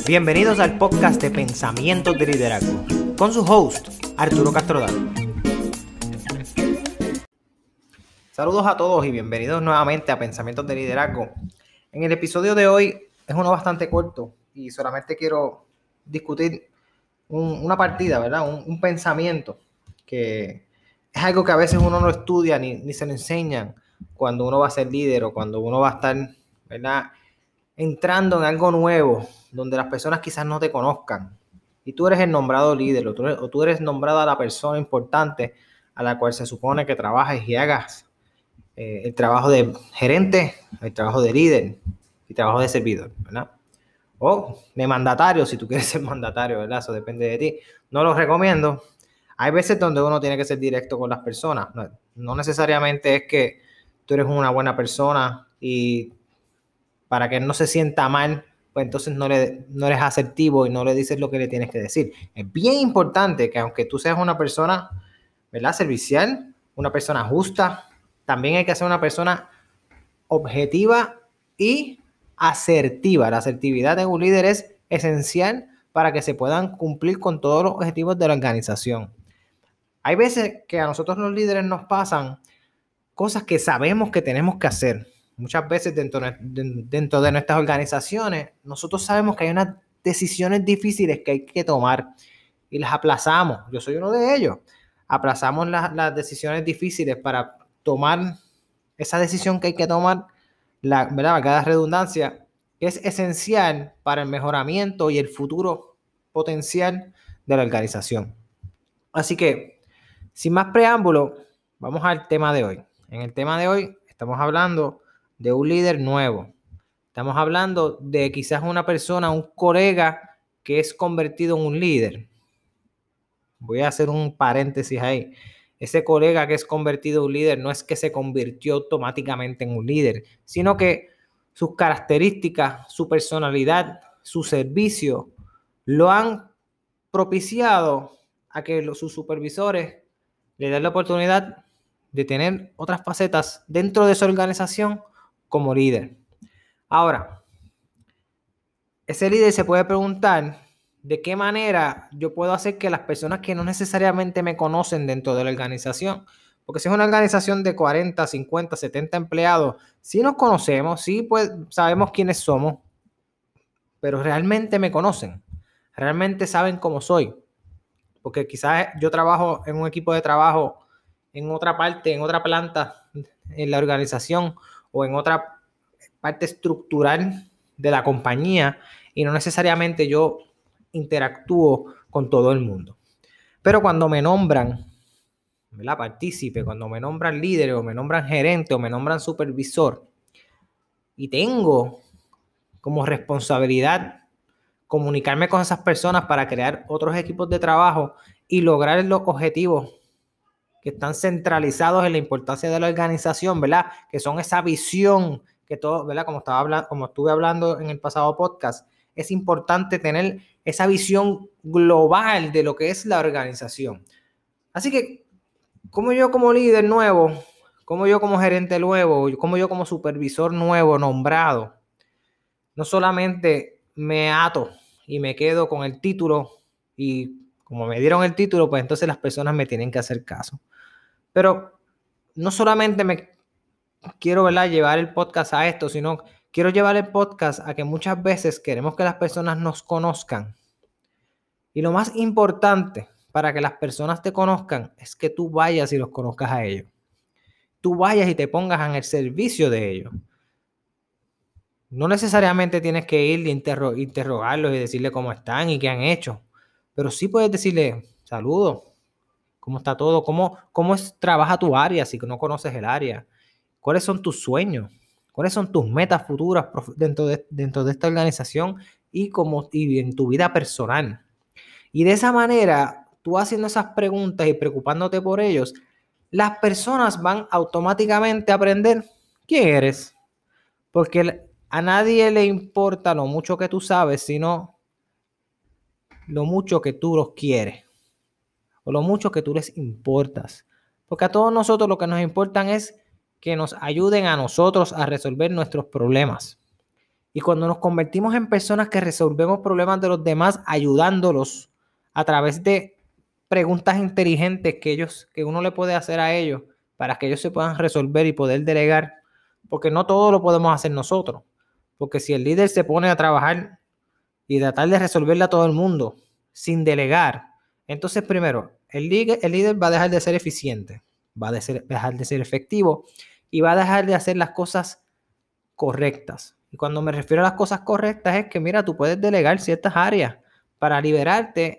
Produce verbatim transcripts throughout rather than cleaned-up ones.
Bienvenidos al podcast de Pensamientos de Liderazgo, con su host, Arturo Castrodal. Saludos a todos y bienvenidos nuevamente a Pensamientos de Liderazgo. En el episodio de hoy es uno bastante corto y solamente quiero discutir un, una partida, ¿verdad? Un, un pensamiento que es algo que a veces uno no estudia ni, ni se lo enseñan cuando uno va a ser líder o cuando uno va a estar, ¿verdad?, entrando en algo nuevo, donde las personas quizás no te conozcan y tú eres el nombrado líder o tú eres, o tú eres nombrada la persona importante a la cual se supone que trabajes y hagas eh, el trabajo de gerente, el trabajo de líder y trabajo de servidor, ¿verdad? O de mandatario, si tú quieres ser mandatario, ¿verdad? Eso depende de ti. No lo recomiendo. Hay veces donde uno tiene que ser directo con las personas. No, no necesariamente es que tú eres una buena persona y para que él no se sienta mal, pues entonces no, le, no eres asertivo y no le dices lo que le tienes que decir. Es bien importante que aunque tú seas una persona, ¿verdad?, servicial, una persona justa, también hay que ser una persona objetiva y asertiva. La asertividad de un líder es esencial para que se puedan cumplir con todos los objetivos de la organización. Hay veces que a nosotros los líderes nos pasan cosas que sabemos que tenemos que hacer. Muchas veces dentro de, dentro de nuestras organizaciones, nosotros sabemos que hay unas decisiones difíciles que hay que tomar y las aplazamos. Yo soy uno de ellos. Aplazamos las, las decisiones difíciles para tomar esa decisión que hay que tomar, la, ¿verdad?, cada redundancia, que es esencial para el mejoramiento y el futuro potencial de la organización. Así que, sin más preámbulo, vamos al tema de hoy. En el tema de hoy estamos hablando de un líder nuevo. Estamos hablando de quizás una persona, un colega que es convertido en un líder. Voy a hacer un paréntesis ahí. Ese colega que es convertido en un líder no es que se convirtió automáticamente en un líder, sino que sus características, su personalidad, su servicio lo han propiciado a que los, sus supervisores le den la oportunidad de tener otras facetas dentro de su organización como líder. Ahora, ese líder se puede preguntar de qué manera yo puedo hacer que las personas que no necesariamente me conocen dentro de la organización, porque si es una organización de cuarenta, cincuenta, setenta empleados, sí nos conocemos, sí pues sabemos quiénes somos, pero realmente me conocen, realmente saben cómo soy, porque quizás yo trabajo en un equipo de trabajo en otra parte, en otra planta en la organización o en otra parte estructural de la compañía y no necesariamente yo interactúo con todo el mundo. Pero cuando me nombran, ¿verdad?, partícipe, cuando me nombran líder o me nombran gerente o me nombran supervisor y tengo como responsabilidad comunicarme con esas personas para crear otros equipos de trabajo y lograr los objetivos que están centralizados en la importancia de la organización, ¿verdad?, que son esa visión que todo, ¿verdad?, como estaba hablando, como estuve hablando en el pasado podcast, es importante tener esa visión global de lo que es la organización. Así que, como yo como líder nuevo, como yo como gerente nuevo, como yo como supervisor nuevo nombrado, no solamente me ato y me quedo con el título y como me dieron el título, pues entonces las personas me tienen que hacer caso. Pero no solamente me quiero, ¿verdad?, llevar el podcast a esto, sino quiero llevar el podcast a que muchas veces queremos que las personas nos conozcan. Y lo más importante para que las personas te conozcan es que tú vayas y los conozcas a ellos. Tú vayas y te pongas en el servicio de ellos. No necesariamente tienes que ir e interro- interrogarlos y decirle cómo están y qué han hecho. Pero sí puedes decirle, saludos, ¿cómo está todo? ¿Cómo, cómo es, trabaja tu área si no conoces el área? ¿Cuáles son tus sueños? ¿Cuáles son tus metas futuras dentro de, dentro de esta organización y, como, y en tu vida personal? Y de esa manera, tú haciendo esas preguntas y preocupándote por ellos, las personas van automáticamente a aprender quién eres. Porque a nadie le importa lo mucho que tú sabes, sino lo mucho que tú los quieres o lo mucho que tú les importas. Porque a todos nosotros lo que nos importan es que nos ayuden a nosotros a resolver nuestros problemas. Y cuando nos convertimos en personas que resolvemos problemas de los demás ayudándolos a través de preguntas inteligentes que ellos, que uno le puede hacer a ellos para que ellos se puedan resolver y poder delegar, porque no todo lo podemos hacer nosotros. Porque si el líder se pone a trabajar y tratar de resolverle a todo el mundo sin delegar, entonces primero, el líder, el líder va a dejar de ser eficiente, va a de ser, dejar de ser efectivo y va a dejar de hacer las cosas correctas. Y cuando me refiero a las cosas correctas es que, mira, tú puedes delegar ciertas áreas para liberarte,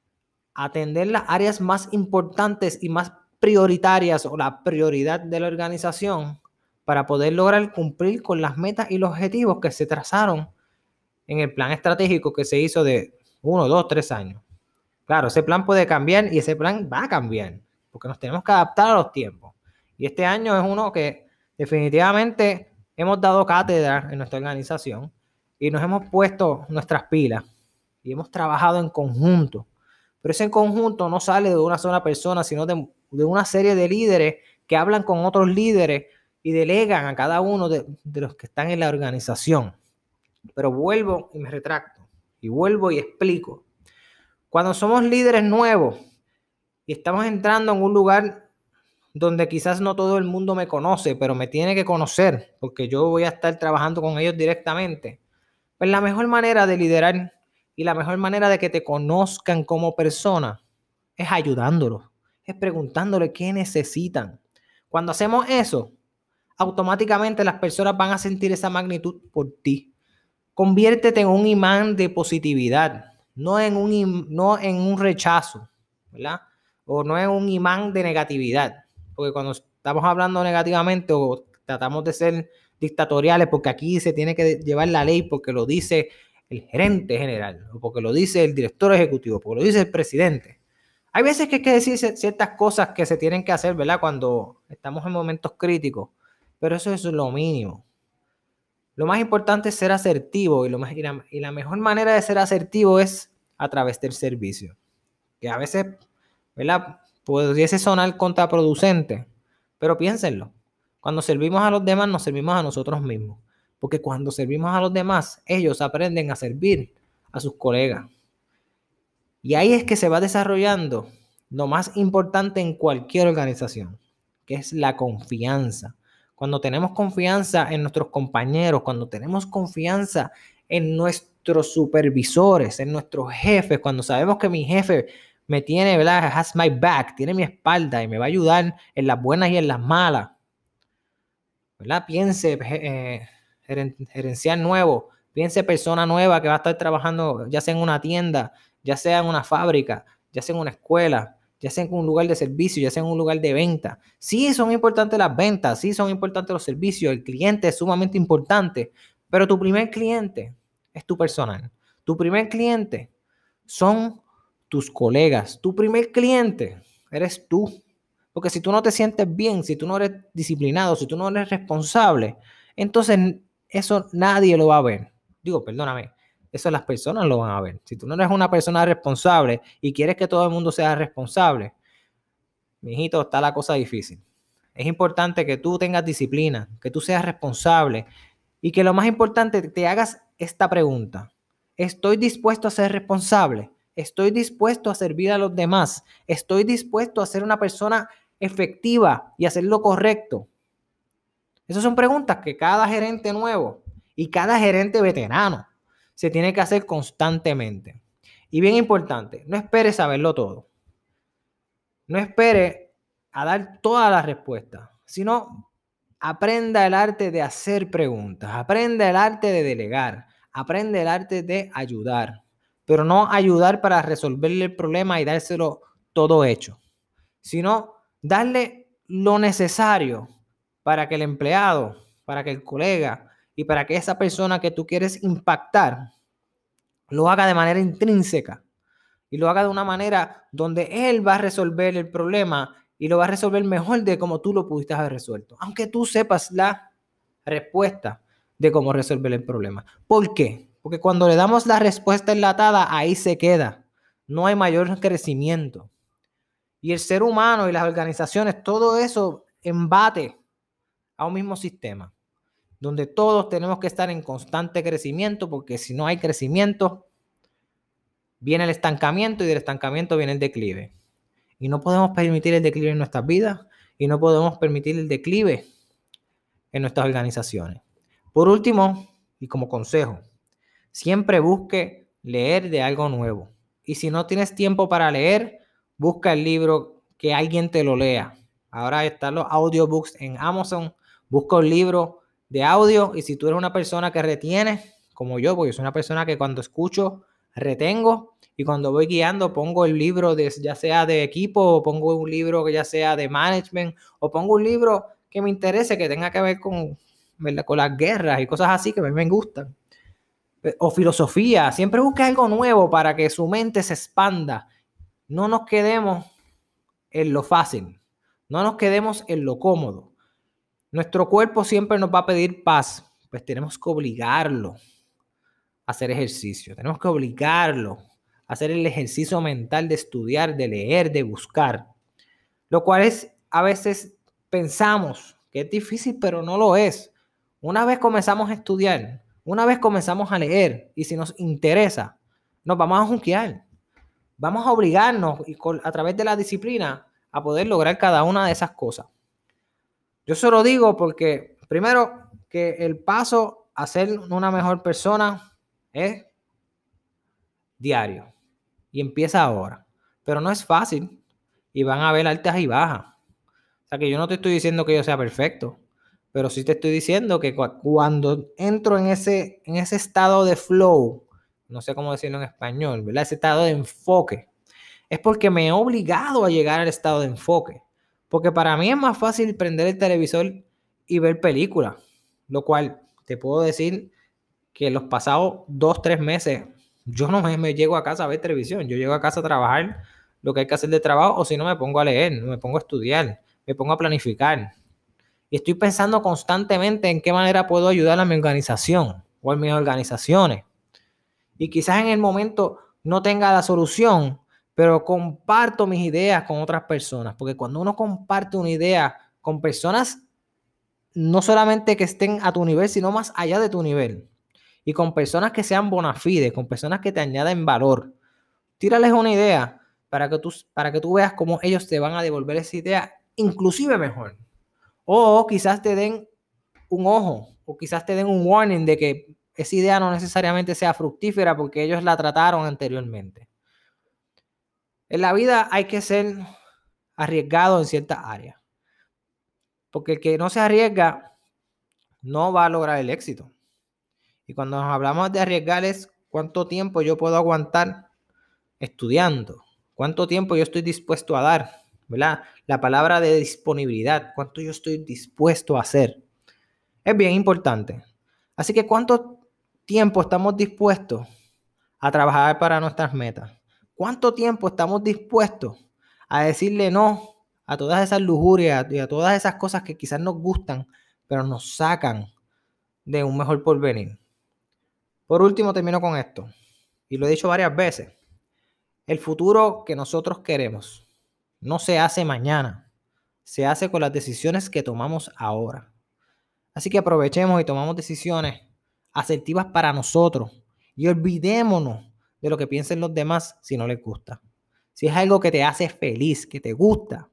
atender las áreas más importantes y más prioritarias o la prioridad de la organización para poder lograr cumplir con las metas y los objetivos que se trazaron en el plan estratégico que se hizo de uno, dos, tres años. Claro, ese plan puede cambiar y ese plan va a cambiar porque nos tenemos que adaptar a los tiempos. Y este año es uno que definitivamente hemos dado cátedra en nuestra organización y nos hemos puesto nuestras pilas y hemos trabajado en conjunto. Pero ese en conjunto no sale de una sola persona, sino de, de una serie de líderes que hablan con otros líderes y delegan a cada uno de, de los que están en la organización. Pero vuelvo y me retracto y vuelvo y explico. Cuando somos líderes nuevos y estamos entrando en un lugar donde quizás no todo el mundo me conoce, pero me tiene que conocer porque yo voy a estar trabajando con ellos directamente, pues la mejor manera de liderar y la mejor manera de que te conozcan como persona es ayudándolos, es preguntándoles qué necesitan. Cuando hacemos eso, automáticamente las personas van a sentir esa magnitud por ti. Conviértete en un imán de positividad, no en un, no en un rechazo, ¿verdad? O no en un imán de negatividad. Porque cuando estamos hablando negativamente o tratamos de ser dictatoriales, porque aquí se tiene que llevar la ley porque lo dice el gerente general, o porque lo dice el director ejecutivo, porque lo dice el presidente. Hay veces que hay que decir ciertas cosas que se tienen que hacer, ¿verdad? Cuando estamos en momentos críticos, pero eso es lo mínimo. Lo más importante es ser asertivo y, lo más, y, la, y la mejor manera de ser asertivo es a través del servicio. Que a veces, ¿verdad?, pudiese sonar contraproducente, pero piénsenlo. Cuando servimos a los demás, nos servimos a nosotros mismos. Porque cuando servimos a los demás, ellos aprenden a servir a sus colegas. Y ahí es que se va desarrollando lo más importante en cualquier organización, que es la confianza. Cuando tenemos confianza en nuestros compañeros, cuando tenemos confianza en nuestros supervisores, en nuestros jefes, cuando sabemos que mi jefe me tiene, ¿verdad? Has my back, tiene mi espalda y me va a ayudar en las buenas y en las malas, ¿verdad? Piense, eh, gerencial nuevo, piense persona nueva que va a estar trabajando ya sea en una tienda, ya sea en una fábrica, ya sea en una escuela, ya sea en un lugar de servicio, ya sea en un lugar de venta. Sí, son importantes las ventas, sí, son importantes los servicios, el cliente es sumamente importante, pero tu primer cliente es tu personal. Tu primer cliente son tus colegas. Tu primer cliente eres tú. Porque si tú no te sientes bien, si tú no eres disciplinado, si tú no eres responsable, entonces eso nadie lo va a ver. Digo, perdóname, eso las personas lo van a ver. Si tú no eres una persona responsable y quieres que todo el mundo sea responsable, mijito, está la cosa difícil. Es importante que tú tengas disciplina, que tú seas responsable y que lo más importante, te hagas esta pregunta. ¿Estoy dispuesto a ser responsable? ¿Estoy dispuesto a servir a los demás? ¿Estoy dispuesto a ser una persona efectiva y hacer lo correcto? Esas son preguntas que cada gerente nuevo y cada gerente veterano se tiene que hacer constantemente. Y bien importante, no espere saberlo todo. No espere a dar todas las respuestas, sino aprenda el arte de hacer preguntas, aprenda el arte de delegar, aprende el arte de ayudar, pero no ayudar para resolverle el problema y dárselo todo hecho, sino darle lo necesario para que el empleado, para que el colega y para que esa persona que tú quieres impactar lo haga de manera intrínseca y lo haga de una manera donde él va a resolver el problema y lo va a resolver mejor de como tú lo pudiste haber resuelto, aunque tú sepas la respuesta de cómo resolver el problema. ¿Por qué? Porque cuando le damos la respuesta enlatada, ahí se queda. No hay mayor crecimiento. Y el ser humano y las organizaciones, todo eso embate a un mismo sistema. donde todos tenemos que estar en constante crecimiento, porque si no hay crecimiento, viene el estancamiento y del estancamiento viene el declive. Y no podemos permitir el declive en nuestras vidas y no podemos permitir el declive en nuestras organizaciones. Por último, y como consejo, siempre busque leer de algo nuevo. Y si no tienes tiempo para leer, busca el libro que alguien te lo lea. Ahora están los audiobooks en Amazon. Busca un libro de audio y si tú eres una persona que retiene, como yo, porque soy una persona que cuando escucho retengo y cuando voy guiando pongo el libro de, ya sea de equipo o pongo un libro que ya sea de management o pongo un libro que me interese, que tenga que ver con, ¿verdad?, con las guerras y cosas así que a mí me gustan. O filosofía, siempre busque algo nuevo para que su mente se expanda. No nos quedemos en lo fácil, no nos quedemos en lo cómodo. Nuestro cuerpo siempre nos va a pedir paz, pues tenemos que obligarlo a hacer ejercicio, tenemos que obligarlo a hacer el ejercicio mental de estudiar, de leer, de buscar, lo cual es, a veces pensamos que es difícil, pero no lo es. Una vez comenzamos a estudiar, una vez comenzamos a leer y si nos interesa, nos vamos a junquear. Vamos a obligarnos y con, a través de la disciplina a poder lograr cada una de esas cosas. Yo se lo digo porque, primero, que el paso a ser una mejor persona es diario y empieza ahora. Pero no es fácil y van a haber altas y bajas. O sea que yo no te estoy diciendo que yo sea perfecto, pero sí te estoy diciendo que cu- cuando entro en ese, en ese estado de flow, no sé cómo decirlo en español, ¿verdad? Ese estado de enfoque, es porque me he obligado a llegar al estado de enfoque. Porque para mí es más fácil prender el televisor y ver películas, lo cual te puedo decir que los pasados dos, tres meses yo no me, me llego a casa a ver televisión, yo llego a casa a trabajar lo que hay que hacer de trabajo o si no me pongo a leer, me pongo a estudiar, me pongo a planificar. Y estoy pensando constantemente en qué manera puedo ayudar a mi organización o a mis organizaciones. Y quizás en el momento no tenga la solución, pero comparto mis ideas con otras personas, porque cuando uno comparte una idea con personas, no solamente que estén a tu nivel, sino más allá de tu nivel, y con personas que sean bona fide, con personas que te añaden valor, tírales una idea para que tú, para que tú veas cómo ellos te van a devolver esa idea, inclusive mejor. O quizás te den un ojo, o quizás te den un warning de que esa idea no necesariamente sea fructífera porque ellos la trataron anteriormente. En la vida hay que ser arriesgado en ciertas áreas, porque el que no se arriesga no va a lograr el éxito. Y cuando nos hablamos de arriesgar es cuánto tiempo yo puedo aguantar estudiando, cuánto tiempo yo estoy dispuesto a dar, ¿verdad? La palabra de disponibilidad, cuánto yo estoy dispuesto a hacer, es bien importante. Así que cuánto tiempo estamos dispuestos a trabajar para nuestras metas. ¿Cuánto tiempo estamos dispuestos a decirle no a todas esas lujurias y a todas esas cosas que quizás nos gustan, pero nos sacan de un mejor porvenir? Por último, termino con esto, y lo he dicho varias veces. El futuro que nosotros queremos no se hace mañana, se hace con las decisiones que tomamos ahora. Así que aprovechemos y tomamos decisiones asertivas para nosotros y olvidémonos de lo que piensen los demás si no les gusta. Si es algo que te hace feliz, que te gusta,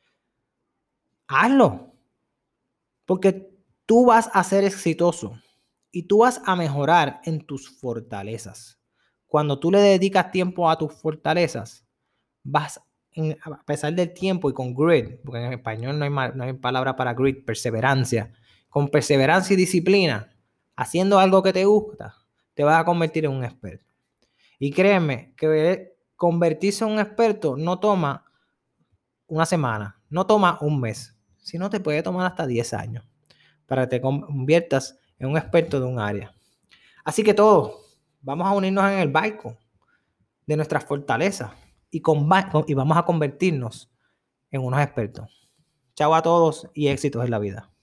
hazlo. Porque tú vas a ser exitoso y tú vas a mejorar en tus fortalezas. Cuando tú le dedicas tiempo a tus fortalezas, vas, en, a pesar del tiempo y con grit, porque en español no hay, no hay palabra para grit, perseverancia, con perseverancia y disciplina, haciendo algo que te gusta, te vas a convertir en un experto. Y créeme que convertirse en un experto no toma una semana, no toma un mes, sino te puede tomar hasta diez años para que te conviertas en un experto de un área. Así que todos vamos a unirnos en el barco de nuestras fortalezas y, con, y vamos a convertirnos en unos expertos. Chao a todos y éxitos en la vida.